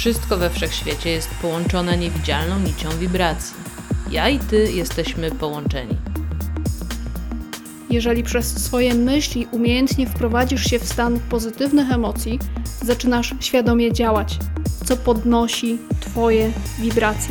Wszystko we wszechświecie jest połączone niewidzialną nicią wibracji. Ja i ty jesteśmy połączeni. Jeżeli przez swoje myśli umiejętnie wprowadzisz się w stan pozytywnych emocji, zaczynasz świadomie działać, co podnosi twoje wibracje.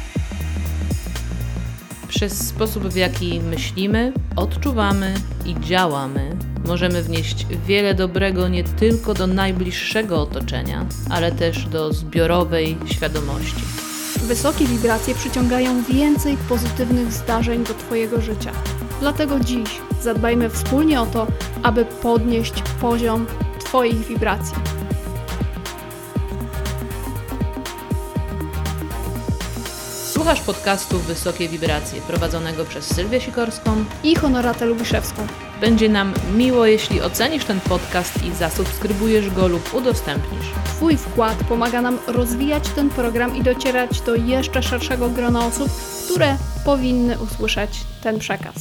Przez sposób, w jaki myślimy, odczuwamy i działamy, możemy wnieść wiele dobrego nie tylko do najbliższego otoczenia, ale też do zbiorowej świadomości. Wysokie wibracje przyciągają więcej pozytywnych zdarzeń do twojego życia. Dlatego dziś zadbajmy wspólnie o to, aby podnieść poziom twoich wibracji. Słuchasz podcastu Wysokie Wibracje, prowadzonego przez Sylwię Sikorską I Honoratę Lubiszewską. Będzie nam miło, jeśli ocenisz ten podcast i zasubskrybujesz go lub udostępnisz. Twój wkład pomaga nam rozwijać ten program i docierać do jeszcze szerszego grona osób, które powinny usłyszeć ten przekaz.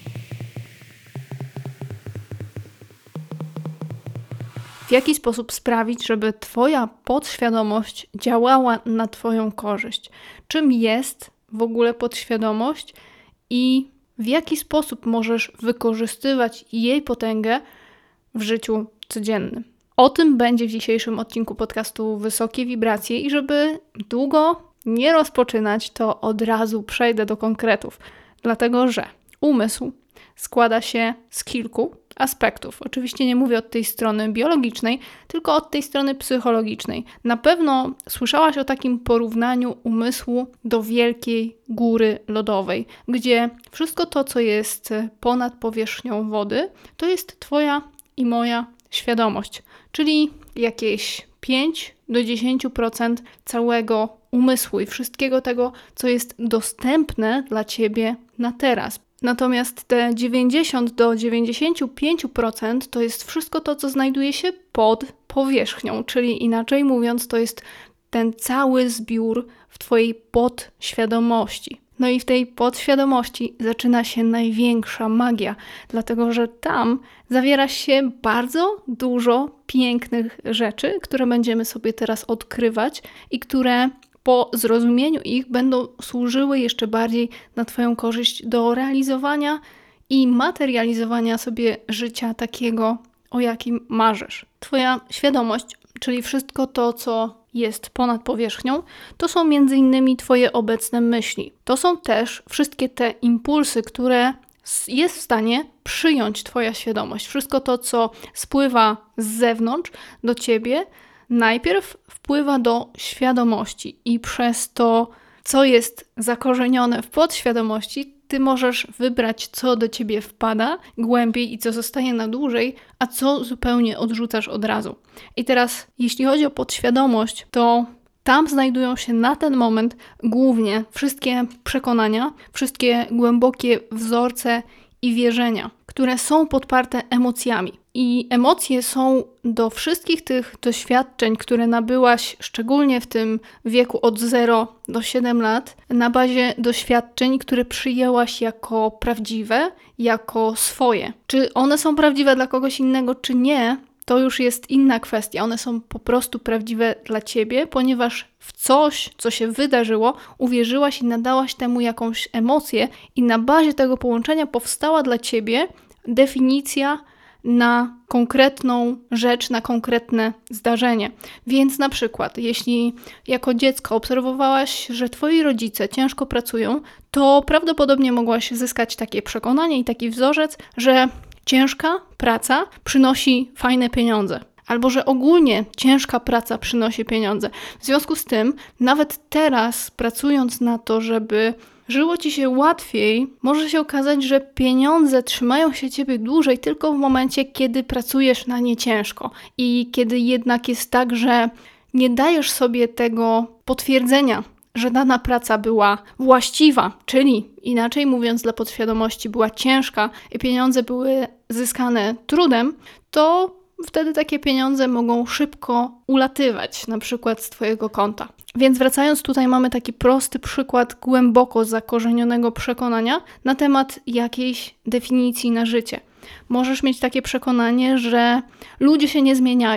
W jaki sposób sprawić, żeby twoja podświadomość działała na twoją korzyść? Czym jest w ogóle podświadomość i w jaki sposób możesz wykorzystywać jej potęgę w życiu codziennym? O tym będzie w dzisiejszym odcinku podcastu Wysokie Wibracje i żeby długo nie rozpoczynać, to od razu przejdę do konkretów, dlatego że umysł składa się z kilku aspektów. Oczywiście nie mówię od tej strony biologicznej, tylko od tej strony psychologicznej. Na pewno słyszałaś o takim porównaniu umysłu do wielkiej góry lodowej, gdzie wszystko to, co jest ponad powierzchnią wody, to jest twoja i moja świadomość, czyli jakieś 5-10% całego umysłu i wszystkiego tego, co jest dostępne dla ciebie na teraz. Natomiast te 90-95% to jest wszystko to, co znajduje się pod powierzchnią, czyli inaczej mówiąc, to jest ten cały zbiór w twojej podświadomości. No i w tej podświadomości zaczyna się największa magia, dlatego że tam zawiera się bardzo dużo pięknych rzeczy, które będziemy sobie teraz odkrywać i które po zrozumieniu ich będą służyły jeszcze bardziej na twoją korzyść do realizowania i materializowania sobie życia takiego, o jakim marzysz. Twoja świadomość, czyli wszystko to, co jest ponad powierzchnią, to są m.in. twoje obecne myśli. To są też wszystkie te impulsy, które jest w stanie przyjąć twoja świadomość. Wszystko to, co spływa z zewnątrz do ciebie, najpierw wpływa do świadomości i przez to, co jest zakorzenione w podświadomości, ty możesz wybrać, co do ciebie wpada głębiej i co zostaje na dłużej, a co zupełnie odrzucasz od razu. I teraz, jeśli chodzi o podświadomość, to tam znajdują się na ten moment głównie wszystkie przekonania, wszystkie głębokie wzorce i wierzenia, które są podparte emocjami. I emocje są do wszystkich tych doświadczeń, które nabyłaś szczególnie w tym wieku od 0 do 7 lat, na bazie doświadczeń, które przyjęłaś jako prawdziwe, jako swoje. Czy one są prawdziwe dla kogoś innego, czy nie, to już jest inna kwestia. One są po prostu prawdziwe dla ciebie, ponieważ w coś, co się wydarzyło, uwierzyłaś i nadałaś temu jakąś emocję i na bazie tego połączenia powstała dla ciebie definicja na konkretną rzecz, na konkretne zdarzenie. Więc na przykład, jeśli jako dziecko obserwowałaś, że twoi rodzice ciężko pracują, to prawdopodobnie mogłaś zyskać takie przekonanie i taki wzorzec, że ciężka praca przynosi fajne pieniądze. Albo że ogólnie ciężka praca przynosi pieniądze. W związku z tym, nawet teraz pracując na to, żeby żyło ci się łatwiej, może się okazać, że pieniądze trzymają się ciebie dłużej tylko w momencie, kiedy pracujesz na nie ciężko. I kiedy jednak jest tak, że nie dajesz sobie tego potwierdzenia, że dana praca była właściwa, czyli inaczej mówiąc dla podświadomości była ciężka i pieniądze były zyskane trudem, to wtedy takie pieniądze mogą szybko ulatywać, na przykład z twojego konta. Więc wracając tutaj mamy taki prosty przykład głęboko zakorzenionego przekonania na temat jakiejś definicji na życie. Możesz mieć takie przekonanie, że ludzie się nie zmieniają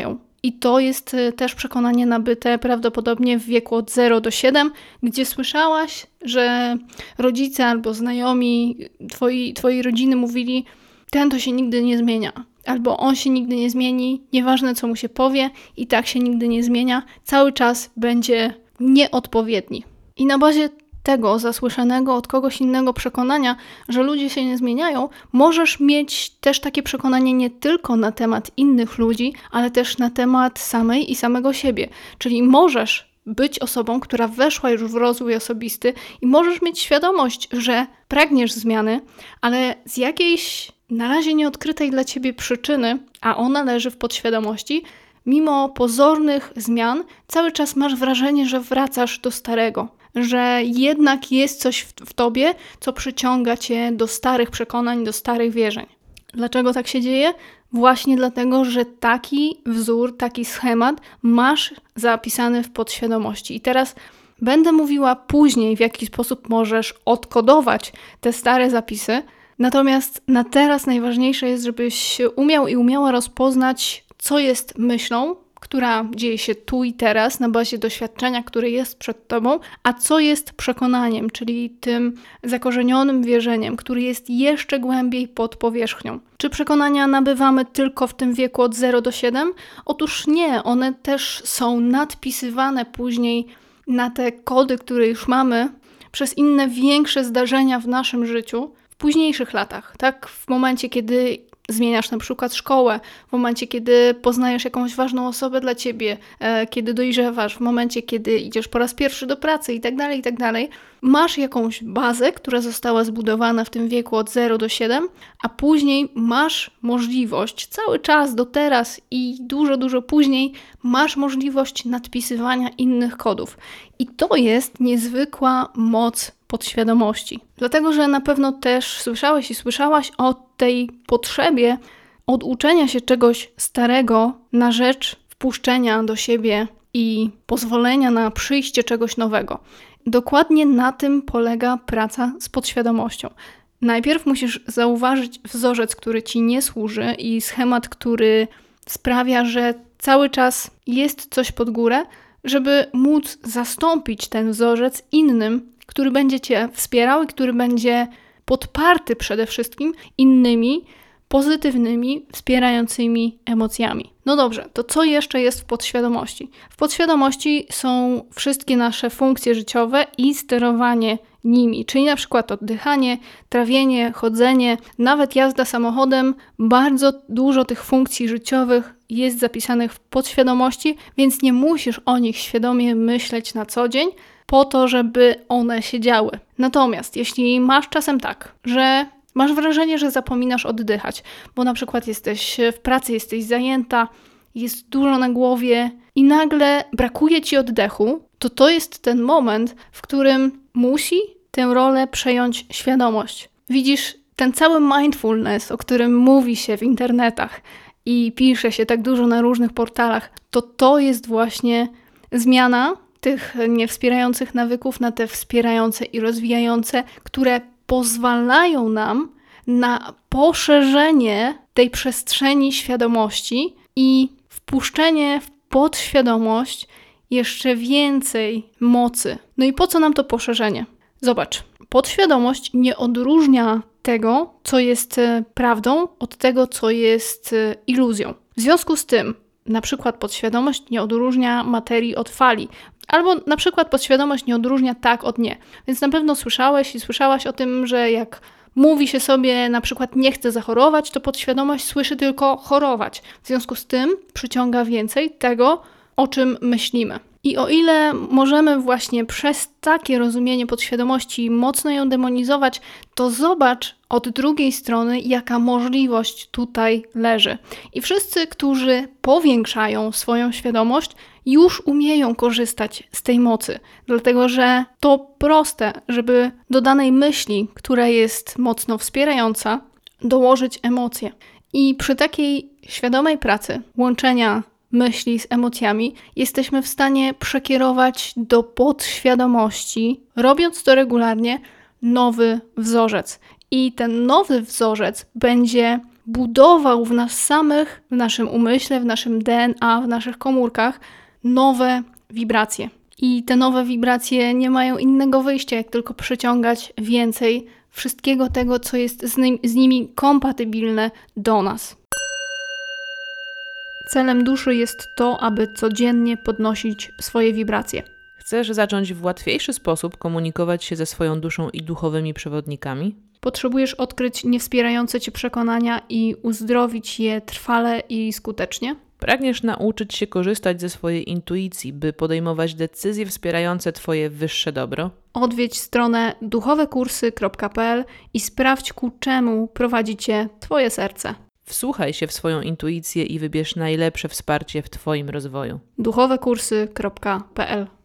I to jest też przekonanie nabyte prawdopodobnie w wieku od 0 do 7, gdzie słyszałaś, że rodzice albo znajomi twojej rodziny mówili, ten to się nigdy nie zmienia. Albo on się nigdy nie zmieni, nieważne co mu się powie, i tak się nigdy nie zmienia, cały czas będzie nieodpowiedni. I na bazie tego zasłyszanego od kogoś innego przekonania, że ludzie się nie zmieniają, możesz mieć też takie przekonanie nie tylko na temat innych ludzi, ale też na temat samej i samego siebie. Czyli możesz być osobą, która weszła już w rozwój osobisty i możesz mieć świadomość, że pragniesz zmiany, ale z jakiejś na razie nieodkrytej dla ciebie przyczyny, a ona leży w podświadomości, mimo pozornych zmian cały czas masz wrażenie, że wracasz do starego, że jednak jest coś w tobie, co przyciąga cię do starych przekonań, do starych wierzeń. Dlaczego tak się dzieje? Właśnie dlatego, że taki wzór, taki schemat masz zapisany w podświadomości. I teraz będę mówiła później, w jaki sposób możesz odkodować te stare zapisy, natomiast na teraz najważniejsze jest, żebyś umiał i umiała rozpoznać, co jest myślą, która dzieje się tu i teraz na bazie doświadczenia, które jest przed tobą, a co jest przekonaniem, czyli tym zakorzenionym wierzeniem, który jest jeszcze głębiej pod powierzchnią. Czy przekonania nabywamy tylko w tym wieku od 0 do 7? Otóż nie, one też są nadpisywane później na te kody, które już mamy przez inne większe zdarzenia w naszym życiu w późniejszych latach, tak? W momencie, kiedy zmieniasz na przykład szkołę, w momencie, kiedy poznajesz jakąś ważną osobę dla ciebie, kiedy dojrzewasz, w momencie, kiedy idziesz po raz pierwszy do pracy i tak dalej, masz jakąś bazę, która została zbudowana w tym wieku od 0 do 7, a później masz możliwość, cały czas do teraz i dużo później, masz możliwość nadpisywania innych kodów. I to jest niezwykła moc podświadomości. Dlatego, że na pewno też słyszałeś i słyszałaś o tej potrzebie oduczenia się czegoś starego na rzecz wpuszczenia do siebie i pozwolenia na przyjście czegoś nowego. Dokładnie na tym polega praca z podświadomością. Najpierw musisz zauważyć wzorzec, który ci nie służy i schemat, który sprawia, że cały czas jest coś pod górę, żeby móc zastąpić ten wzorzec innym, który będzie cię wspierał i który będzie podparty przede wszystkim innymi pozytywnymi, wspierającymi emocjami. No dobrze, to co jeszcze jest w podświadomości? W podświadomości są wszystkie nasze funkcje życiowe i sterowanie nimi, czyli na przykład oddychanie, trawienie, chodzenie, nawet jazda samochodem. Bardzo dużo tych funkcji życiowych jest zapisanych w podświadomości, więc nie musisz o nich świadomie myśleć na co dzień, po to, żeby one się działy. Natomiast jeśli masz czasem tak, że masz wrażenie, że zapominasz oddychać, bo na przykład jesteś w pracy, jesteś zajęta, jest dużo na głowie i nagle brakuje ci oddechu, to jest ten moment, w którym musi tę rolę przejąć świadomość. Widzisz, ten cały mindfulness, o którym mówi się w internetach i pisze się tak dużo na różnych portalach, to jest właśnie zmiana tych niewspierających nawyków na te wspierające i rozwijające, które pozwalają nam na poszerzenie tej przestrzeni świadomości i wpuszczenie w podświadomość jeszcze więcej mocy. No i po co nam to poszerzenie? Zobacz, podświadomość nie odróżnia tego, co jest prawdą, od tego, co jest iluzją. W związku z tym, na przykład podświadomość nie odróżnia materii od fali, albo na przykład podświadomość nie odróżnia tak od nie. Więc na pewno słyszałeś i słyszałaś o tym, że jak mówi się sobie na przykład nie chcę zachorować, to podświadomość słyszy tylko chorować. W związku z tym przyciąga więcej tego, o czym myślimy. I o ile możemy właśnie przez takie rozumienie podświadomości mocno ją demonizować, to zobacz od drugiej strony, jaka możliwość tutaj leży. I wszyscy, którzy powiększają swoją świadomość, już umieją korzystać z tej mocy. Dlatego, że to proste, żeby do danej myśli, która jest mocno wspierająca, dołożyć emocje. I przy takiej świadomej pracy łączenia myśli z emocjami, jesteśmy w stanie przekierować do podświadomości, robiąc to regularnie, nowy wzorzec. I ten nowy wzorzec będzie budował w nas samych, w naszym umyśle, w naszym DNA, w naszych komórkach nowe wibracje. I te nowe wibracje nie mają innego wyjścia, jak tylko przyciągać więcej wszystkiego tego, co jest z nimi kompatybilne do nas. Celem duszy jest to, aby codziennie podnosić swoje wibracje. Chcesz zacząć w łatwiejszy sposób komunikować się ze swoją duszą i duchowymi przewodnikami? Potrzebujesz odkryć niewspierające cię przekonania i uzdrowić je trwale i skutecznie? Pragniesz nauczyć się korzystać ze swojej intuicji, by podejmować decyzje wspierające Twoje wyższe dobro? Odwiedź stronę duchowekursy.pl i sprawdź, ku czemu prowadzi cię Twoje serce. Wsłuchaj się w swoją intuicję i wybierz najlepsze wsparcie w Twoim rozwoju. duchowekursy.pl.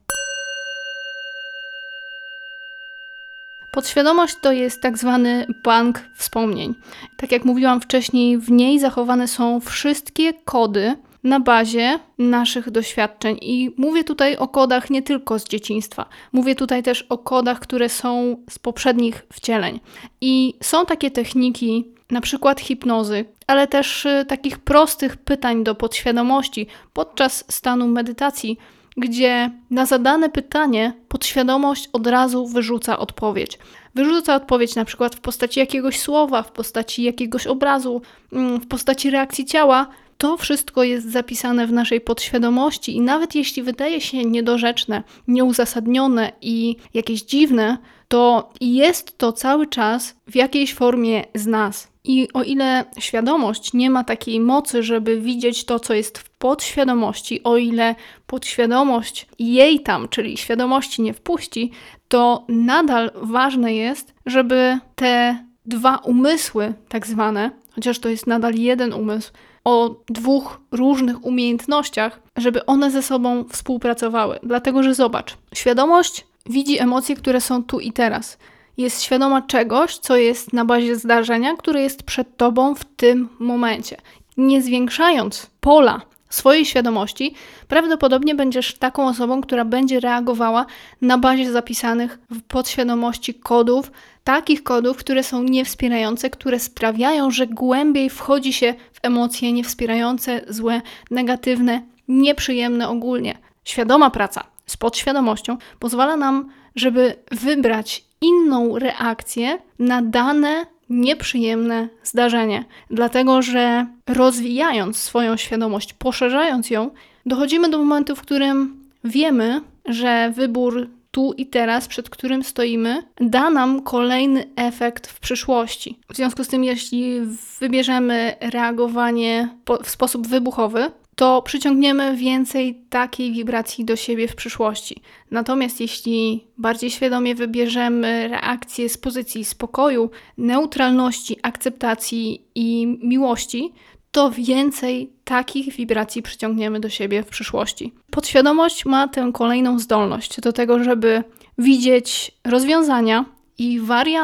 Podświadomość to jest tak zwany bank wspomnień. Tak jak mówiłam wcześniej, w niej zachowane są wszystkie kody na bazie naszych doświadczeń. I mówię tutaj o kodach nie tylko z dzieciństwa. Mówię tutaj też o kodach, które są z poprzednich wcieleń. I są takie techniki, na przykład hipnozy, ale też takich prostych pytań do podświadomości podczas stanu medytacji, gdzie na zadane pytanie podświadomość od razu wyrzuca odpowiedź. Wyrzuca odpowiedź na przykład w postaci jakiegoś słowa, w postaci jakiegoś obrazu, w postaci reakcji ciała. To wszystko jest zapisane w naszej podświadomości i nawet jeśli wydaje się niedorzeczne, nieuzasadnione i jakieś dziwne, to jest to cały czas w jakiejś formie z nas. I o ile świadomość nie ma takiej mocy, żeby widzieć to, co jest w podświadomości, o ile podświadomość jej tam, czyli świadomości nie wpuści, to nadal ważne jest, żeby te dwa umysły, tak zwane, chociaż to jest nadal jeden umysł, o dwóch różnych umiejętnościach, żeby one ze sobą współpracowały. Dlatego, że zobacz, świadomość widzi emocje, które są tu i teraz. Jest świadoma czegoś, co jest na bazie zdarzenia, które jest przed tobą w tym momencie. Nie zwiększając pola swojej świadomości, prawdopodobnie będziesz taką osobą, która będzie reagowała na bazie zapisanych w podświadomości kodów, takich kodów, które są niewspierające, które sprawiają, że głębiej wchodzi się w emocje niewspierające, złe, negatywne, nieprzyjemne ogólnie. Świadoma praca z podświadomością pozwala nam, żeby wybrać inną reakcję na dane nieprzyjemne zdarzenie. Dlatego, że rozwijając swoją świadomość, poszerzając ją, dochodzimy do momentu, w którym wiemy, że wybór tu i teraz, przed którym stoimy, da nam kolejny efekt w przyszłości. W związku z tym, jeśli wybierzemy reagowanie w sposób wybuchowy, to przyciągniemy więcej takiej wibracji do siebie w przyszłości. Natomiast jeśli bardziej świadomie wybierzemy reakcję z pozycji spokoju, neutralności, akceptacji i miłości, to więcej takich wibracji przyciągniemy do siebie w przyszłości. Podświadomość ma tę kolejną zdolność do tego, żeby widzieć rozwiązania i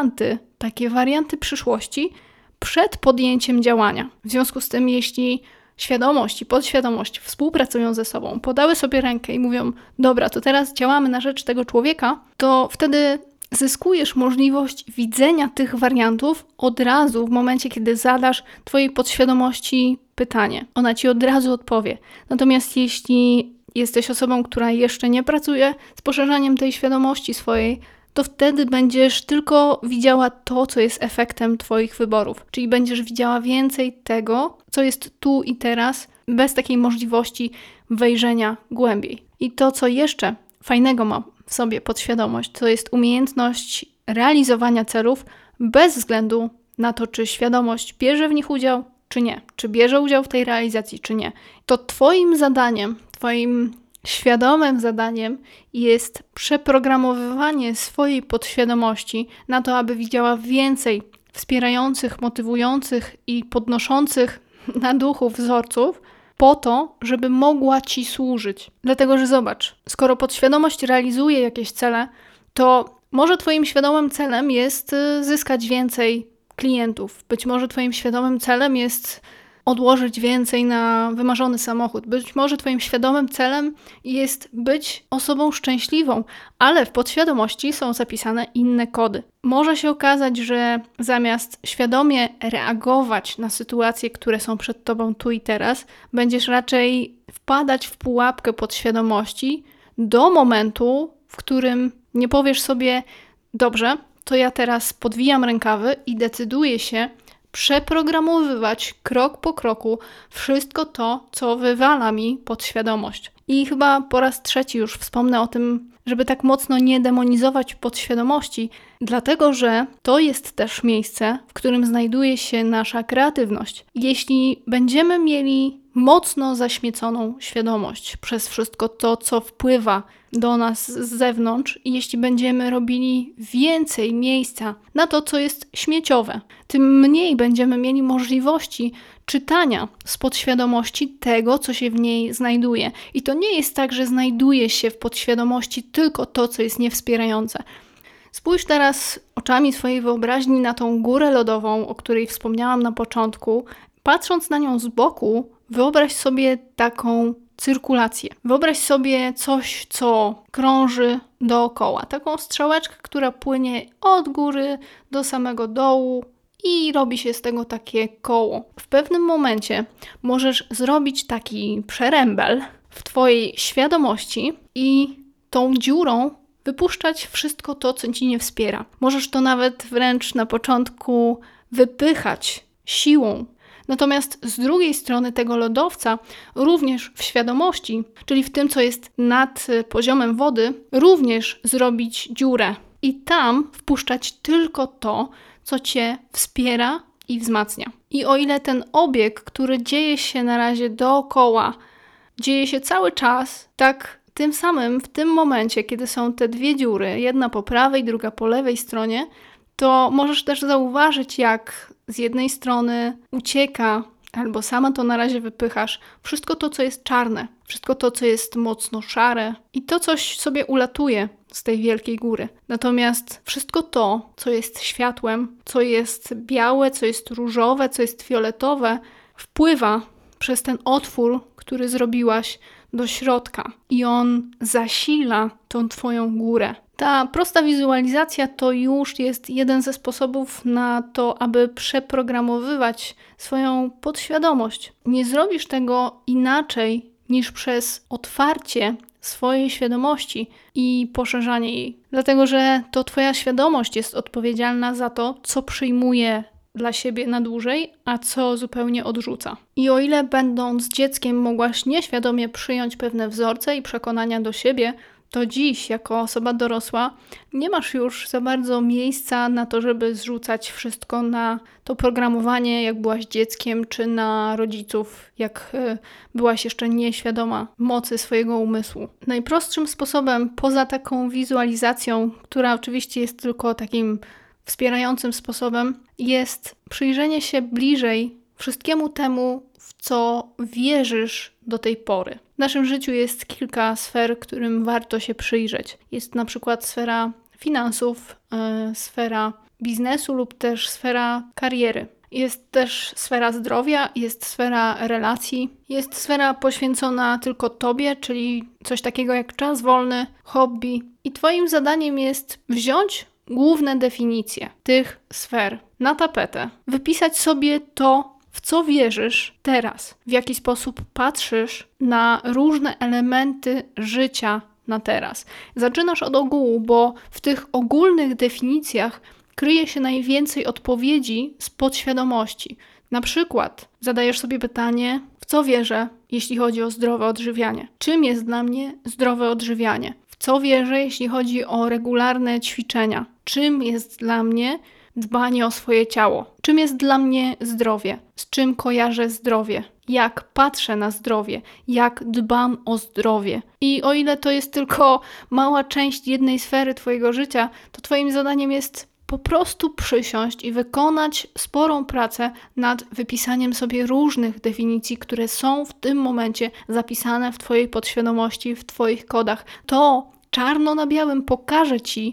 takie warianty przyszłości przed podjęciem działania. W związku z tym, jeśli świadomość i podświadomość współpracują ze sobą, podały sobie rękę i mówią, dobra, to teraz działamy na rzecz tego człowieka, to wtedy zyskujesz możliwość widzenia tych wariantów od razu w momencie, kiedy zadasz twojej podświadomości pytanie. Ona ci od razu odpowie. Natomiast jeśli jesteś osobą, która jeszcze nie pracuje z poszerzaniem tej świadomości swojej, to wtedy będziesz tylko widziała to, co jest efektem twoich wyborów. Czyli będziesz widziała więcej tego, co jest tu i teraz, bez takiej możliwości wejrzenia głębiej. I to, co jeszcze fajnego ma w sobie podświadomość, to jest umiejętność realizowania celów bez względu na to, czy świadomość bierze w nich udział, czy nie. Czy bierze udział w tej realizacji, czy nie. To twoim zadaniem, twoim świadomym zadaniem jest przeprogramowywanie swojej podświadomości na to, aby widziała więcej wspierających, motywujących i podnoszących na duchu wzorców po to, żeby mogła ci służyć. Dlatego, że zobacz, skoro podświadomość realizuje jakieś cele, to może twoim świadomym celem jest zyskać więcej klientów. Być może twoim świadomym celem jest odłożyć więcej na wymarzony samochód. Być może twoim świadomym celem jest być osobą szczęśliwą, ale w podświadomości są zapisane inne kody. Może się okazać, że zamiast świadomie reagować na sytuacje, które są przed tobą tu i teraz, będziesz raczej wpadać w pułapkę podświadomości do momentu, w którym nie powiesz sobie: dobrze, to ja teraz podwijam rękawy i decyduję się przeprogramowywać krok po kroku wszystko to, co wywala mi podświadomość. I chyba po raz trzeci już wspomnę o tym, żeby tak mocno nie demonizować podświadomości, dlatego że to jest też miejsce, w którym znajduje się nasza kreatywność. Jeśli będziemy mieli mocno zaśmieconą świadomość przez wszystko to, co wpływa do nas z zewnątrz, i jeśli będziemy robili więcej miejsca na to, co jest śmieciowe, tym mniej będziemy mieli możliwości czytania z podświadomości tego, co się w niej znajduje. I to nie jest tak, że znajduje się w podświadomości tylko to, co jest niewspierające. Spójrz teraz oczami swojej wyobraźni na tą górę lodową, o której wspomniałam na początku. Patrząc na nią z boku, wyobraź sobie taką cyrkulację. Wyobraź sobie coś, co krąży dookoła. Taką strzałeczkę, która płynie od góry do samego dołu i robi się z tego takie koło. W pewnym momencie możesz zrobić taki przerębel w twojej świadomości i tą dziurą wypuszczać wszystko to, co ci nie wspiera. Możesz to nawet wręcz na początku wypychać siłą. Natomiast z drugiej strony tego lodowca, również w świadomości, czyli w tym, co jest nad poziomem wody, również zrobić dziurę i tam wpuszczać tylko to, co cię wspiera i wzmacnia. I o ile ten obieg, który dzieje się na razie dookoła, dzieje się cały czas, tak tym samym w tym momencie, kiedy są te dwie dziury, jedna po prawej, druga po lewej stronie, to możesz też zauważyć, jak z jednej strony ucieka, albo sama to na razie wypychasz, wszystko to, co jest czarne, wszystko to, co jest mocno szare i to coś sobie ulatuje z tej wielkiej góry. Natomiast wszystko to, co jest światłem, co jest białe, co jest różowe, co jest fioletowe, wpływa przez ten otwór, który zrobiłaś, do środka i on zasila tą twoją górę. Ta prosta wizualizacja to już jest jeden ze sposobów na to, aby przeprogramowywać swoją podświadomość. Nie zrobisz tego inaczej niż przez otwarcie swojej świadomości i poszerzanie jej. Dlatego, że to twoja świadomość jest odpowiedzialna za to, co przyjmuje dla siebie na dłużej, a co zupełnie odrzuca. I o ile będąc dzieckiem mogłaś nieświadomie przyjąć pewne wzorce i przekonania do siebie, to dziś, jako osoba dorosła, nie masz już za bardzo miejsca na to, żeby zrzucać wszystko na to programowanie, jak byłaś dzieckiem, czy na rodziców, jak byłaś jeszcze nieświadoma mocy swojego umysłu. Najprostszym sposobem, poza taką wizualizacją, która oczywiście jest tylko takim wspierającym sposobem, jest przyjrzenie się bliżej wszystkiemu temu, w co wierzysz do tej pory. W naszym życiu jest kilka sfer, którym warto się przyjrzeć. Jest na przykład sfera finansów, sfera biznesu lub też sfera kariery. Jest też sfera zdrowia, jest sfera relacji, jest sfera poświęcona tylko tobie, czyli coś takiego jak czas wolny, hobby. I twoim zadaniem jest wziąć główne definicje tych sfer na tapetę, wypisać sobie to, w co wierzysz teraz, w jaki sposób patrzysz na różne elementy życia na teraz. Zaczynasz od ogółu, bo w tych ogólnych definicjach kryje się najwięcej odpowiedzi z podświadomości. Na przykład zadajesz sobie pytanie, w co wierzę, jeśli chodzi o zdrowe odżywianie? Czym jest dla mnie zdrowe odżywianie? W co wierzę, jeśli chodzi o regularne ćwiczenia? Czym jest dla mnie dbanie o swoje ciało? Czym jest dla mnie zdrowie? Z czym kojarzę zdrowie? Jak patrzę na zdrowie? Jak dbam o zdrowie? I o ile to jest tylko mała część jednej sfery twojego życia, to twoim zadaniem jest po prostu przysiąść i wykonać sporą pracę nad wypisaniem sobie różnych definicji, które są w tym momencie zapisane w twojej podświadomości, w twoich kodach. To czarno na białym pokaże ci,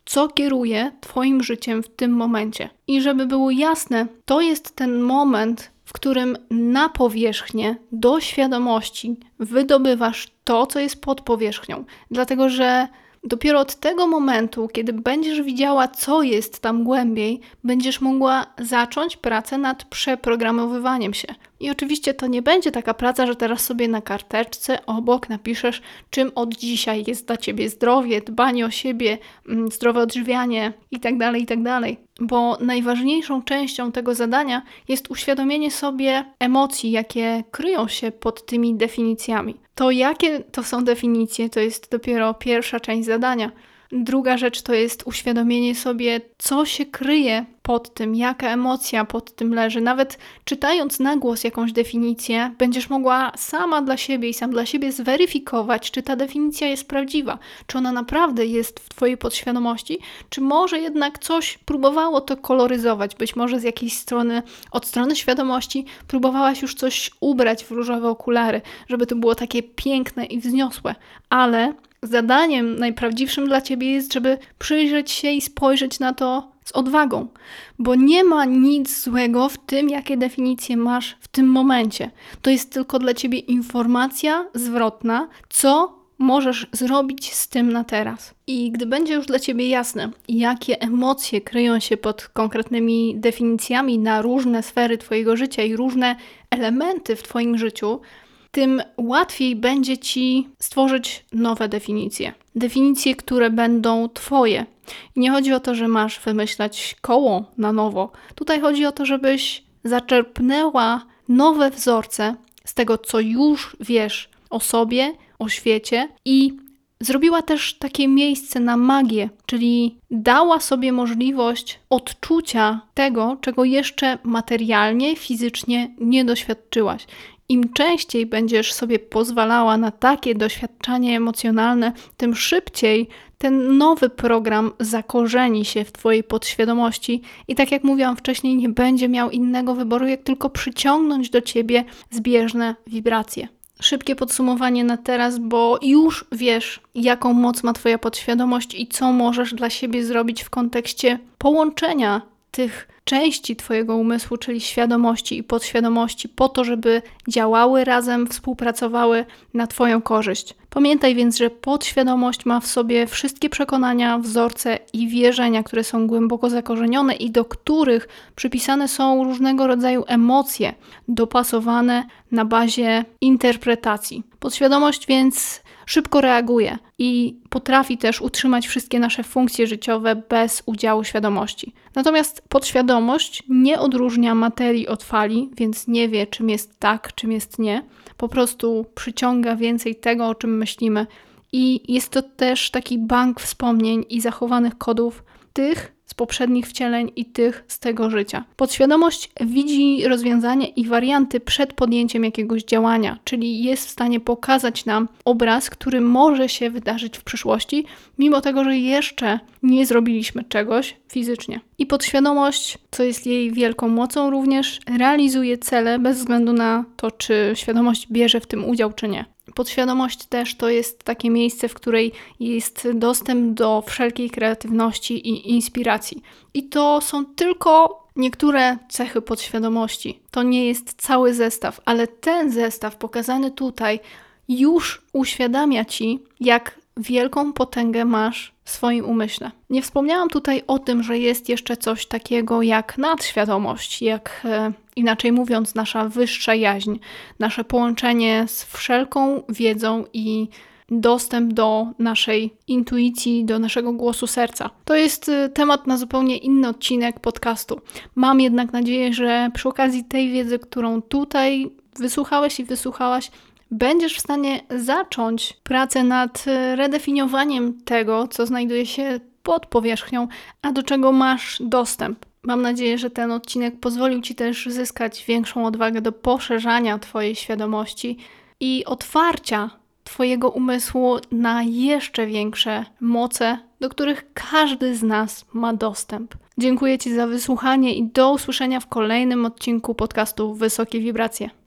co kieruje Twoim życiem w tym momencie. I żeby było jasne, to jest ten moment, w którym na powierzchnię, do świadomości wydobywasz to, co jest pod powierzchnią. Dlatego, że dopiero od tego momentu, kiedy będziesz widziała, co jest tam głębiej, będziesz mogła zacząć pracę nad przeprogramowywaniem się. I oczywiście to nie będzie taka praca, że teraz sobie na karteczce obok napiszesz, czym od dzisiaj jest dla Ciebie zdrowie, dbanie o siebie, zdrowe odżywianie itd., itd. Bo najważniejszą częścią tego zadania jest uświadomienie sobie emocji, jakie kryją się pod tymi definicjami. To jakie to są definicje, to jest dopiero pierwsza część zadania. Druga rzecz to jest uświadomienie sobie, co się kryje pod tym, jaka emocja pod tym leży. Nawet czytając na głos jakąś definicję, będziesz mogła sama dla siebie i sam dla siebie zweryfikować, czy ta definicja jest prawdziwa, czy ona naprawdę jest w Twojej podświadomości, czy może jednak coś próbowało to koloryzować, być może z jakiejś strony, od strony świadomości próbowałaś już coś ubrać w różowe okulary, żeby to było takie piękne i wzniosłe, ale zadaniem najprawdziwszym dla Ciebie jest, żeby przyjrzeć się i spojrzeć na to z odwagą, bo nie ma nic złego w tym, jakie definicje masz w tym momencie. To jest tylko dla Ciebie informacja zwrotna, co możesz zrobić z tym na teraz. I gdy będzie już dla Ciebie jasne, jakie emocje kryją się pod konkretnymi definicjami na różne sfery Twojego życia i różne elementy w Twoim życiu, tym łatwiej będzie Ci stworzyć nowe definicje. Definicje, które będą Twoje. I nie chodzi o to, że masz wymyślać koło na nowo. Tutaj chodzi o to, żebyś zaczerpnęła nowe wzorce z tego, co już wiesz o sobie, o świecie i zrobiła też takie miejsce na magię, czyli dała sobie możliwość odczucia tego, czego jeszcze materialnie, fizycznie nie doświadczyłaś. Im częściej będziesz sobie pozwalała na takie doświadczanie emocjonalne, tym szybciej ten nowy program zakorzeni się w Twojej podświadomości i tak jak mówiłam wcześniej, nie będzie miał innego wyboru, jak tylko przyciągnąć do Ciebie zbieżne wibracje. Szybkie podsumowanie na teraz, bo już wiesz, jaką moc ma Twoja podświadomość i co możesz dla siebie zrobić w kontekście połączenia tych części Twojego umysłu, czyli świadomości i podświadomości, po to, żeby działały razem, współpracowały na Twoją korzyść. Pamiętaj więc, że podświadomość ma w sobie wszystkie przekonania, wzorce i wierzenia, które są głęboko zakorzenione i do których przypisane są różnego rodzaju emocje, dopasowane na bazie interpretacji. Podświadomość więc szybko reaguje i potrafi też utrzymać wszystkie nasze funkcje życiowe bez udziału świadomości. Natomiast podświadomość nie odróżnia materii od fali, więc nie wie, czym jest tak, czym jest nie. Po prostu przyciąga więcej tego, o czym myślimy. I jest to też taki bank wspomnień i zachowanych kodów tych z poprzednich wcieleń i tych z tego życia. Podświadomość widzi rozwiązania i warianty przed podjęciem jakiegoś działania, czyli jest w stanie pokazać nam obraz, który może się wydarzyć w przyszłości, mimo tego, że jeszcze nie zrobiliśmy czegoś fizycznie. I podświadomość, co jest jej wielką mocą, również realizuje cele bez względu na to, czy świadomość bierze w tym udział, czy nie. Podświadomość też to jest takie miejsce, w której jest dostęp do wszelkiej kreatywności i inspiracji. I to są tylko niektóre cechy podświadomości. To nie jest cały zestaw, ale ten zestaw pokazany tutaj już uświadamia Ci, jak wielką potęgę masz w swoim umyśle. Nie wspomniałam tutaj o tym, że jest jeszcze coś takiego jak nadświadomość, jak inaczej mówiąc nasza wyższa jaźń, nasze połączenie z wszelką wiedzą i dostęp do naszej intuicji, do naszego głosu serca. To jest temat na zupełnie inny odcinek podcastu. Mam jednak nadzieję, że przy okazji tej wiedzy, którą tutaj wysłuchałeś i wysłuchałaś, będziesz w stanie zacząć pracę nad redefiniowaniem tego, co znajduje się pod powierzchnią, a do czego masz dostęp. Mam nadzieję, że ten odcinek pozwolił Ci też zyskać większą odwagę do poszerzania Twojej świadomości i otwarcia Twojego umysłu na jeszcze większe moce, do których każdy z nas ma dostęp. Dziękuję Ci za wysłuchanie i do usłyszenia w kolejnym odcinku podcastu Wysokie Wibracje.